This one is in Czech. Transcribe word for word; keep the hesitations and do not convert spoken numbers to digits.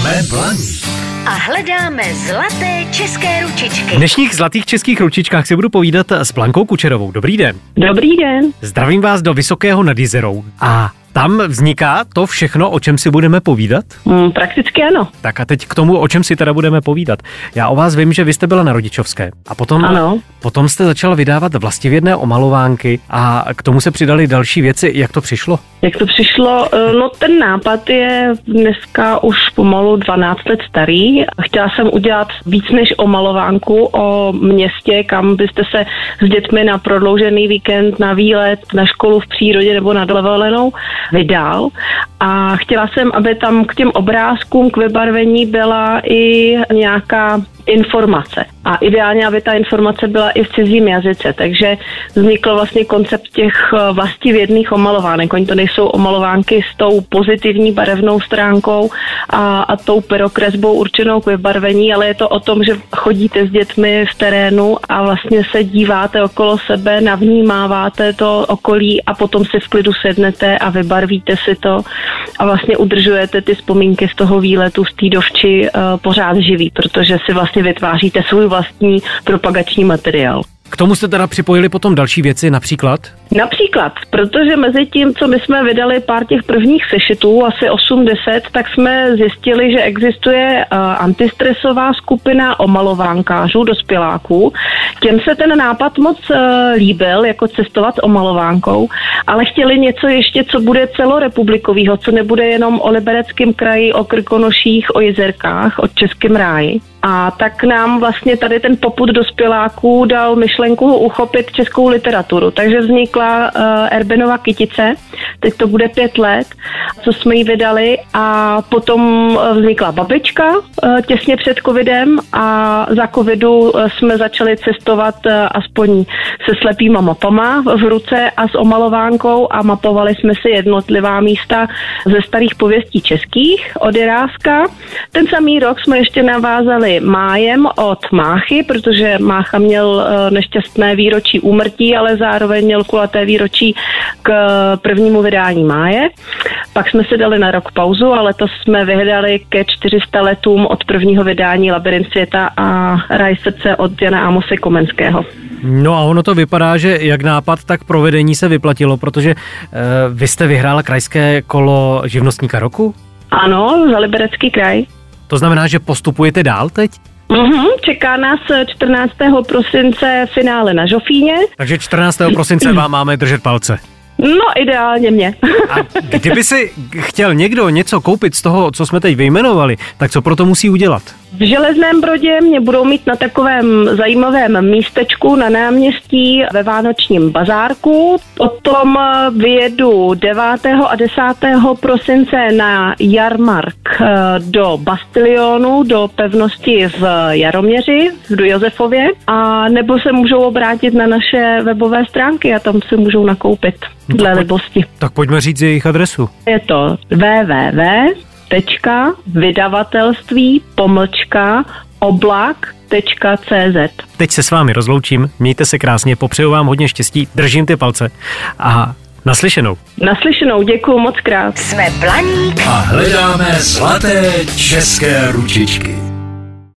Jsme Blaník a hledáme zlaté české ručičky. V dnešních zlatých českých ručičkách si budu povídat s Blankou Kučerovou. Dobrý den. Dobrý den. Zdravím vás do Vysokého nad Jizerou. A tam vzniká to všechno, o čem si budeme povídat? Hmm, prakticky ano. Tak a teď k tomu, o čem si teda budeme povídat. Já o vás vím, že vy jste byla na rodičovské. A potom, ano. potom jste začala vydávat vlastivědné omalovánky a k tomu se přidaly další věci. Jak to přišlo? Jak to přišlo? No ten nápad je dneska už pomalu dvanáct let starý. Chtěla jsem udělat víc než omalovánku o městě, kam byste se s dětmi na prodloužený víkend, na výlet, na školu v přírodě nebo na dovolenou vydal. A chtěla jsem, aby tam k těm obrázkům, k vybarvení byla i nějaká informace. A ideálně, aby ta informace byla i v cizím jazyce. Takže vznikl vlastně koncept těch vlastivědných omalovánek. Oni to nejsou omalovánky s tou pozitivní barevnou stránkou a, a tou pyrokresbou určenou k vybarvení, ale je to o tom, že chodíte s dětmi v terénu a vlastně se díváte okolo sebe, navnímáváte to okolí a potom si v klidu sednete a vybarvíte si to a vlastně udržujete ty vzpomínky z toho výletu z té dovči uh, pořád živý, protože si vlastně vytváříte svůj vlastní propagační materiál. K tomu jste teda připojili potom další věci, například? Například, protože mezi tím, co my jsme vydali pár těch prvních sešitů, asi osm deset, tak jsme zjistili, že existuje uh, antistresová skupina omalovánkářů, dospěláků. Těm se ten nápad moc uh, líbil, jako cestovat s omalovánkou, ale chtěli něco ještě, co bude celorepublikového, co nebude jenom o Libereckém kraji, o Krkonoších, o Jizerkách, o Českém ráji. A tak nám vlastně tady ten popud dospěláků dal myšlenku uchopit českou literaturu. Takže vznikla uh, Erbenova kytice, teď to bude pět let, co jsme ji vydali, a potom vznikla Babička uh, těsně před covidem a za covidu uh, jsme začali cestovat uh, aspoň se slepýma mapama v ruce a s omalovánkou a mapovali jsme si jednotlivá místa ze starých pověstí českých od Jiráska. Ten samý rok jsme ještě navázali Májem od Máchy, protože Mácha měl nešťastné výročí úmrtí, ale zároveň měl kulaté výročí k prvnímu vydání Máje. Pak jsme si dali na rok pauzu, ale to jsme vyhledali ke čtyři sta letům od prvního vydání Labyrint světa a Ráj srdce od Jana Amose Komenského. No a ono to vypadá, že jak nápad, tak provedení se vyplatilo, protože uh, vy jste vyhrála krajské kolo živnostníka roku? Ano, za Liberecký kraj. To znamená, že postupujete dál teď? Uhum, čeká nás čtrnáctého prosince finále na Žofíně. Takže čtrnáctého prosince vám máme držet palce. No, ideálně mě. A kdyby si chtěl někdo něco koupit z toho, co jsme teď vyjmenovali, tak co pro to musí udělat? V Železném Brodě mě budou mít na takovém zajímavém místečku na náměstí ve vánočním bazárku. Potom vyjedu devátého a desátého prosince na jarmark do Bastilionu, do pevnosti v Jaroměři, v Josefově, a nebo se můžou obrátit na naše webové stránky a tam si můžou nakoupit dle no, libosti. Tak pojďme říct jejich adresu. Je to www tečka vydavatelství pomlčka oblak tečka cz. Teď se s vámi rozloučím, mějte se krásně, popřeju vám hodně štěstí, držím ty palce a naslyšenou. Naslyšenou, děkuju moc krát. Jsme Blaník a hledáme zlaté české ručičky.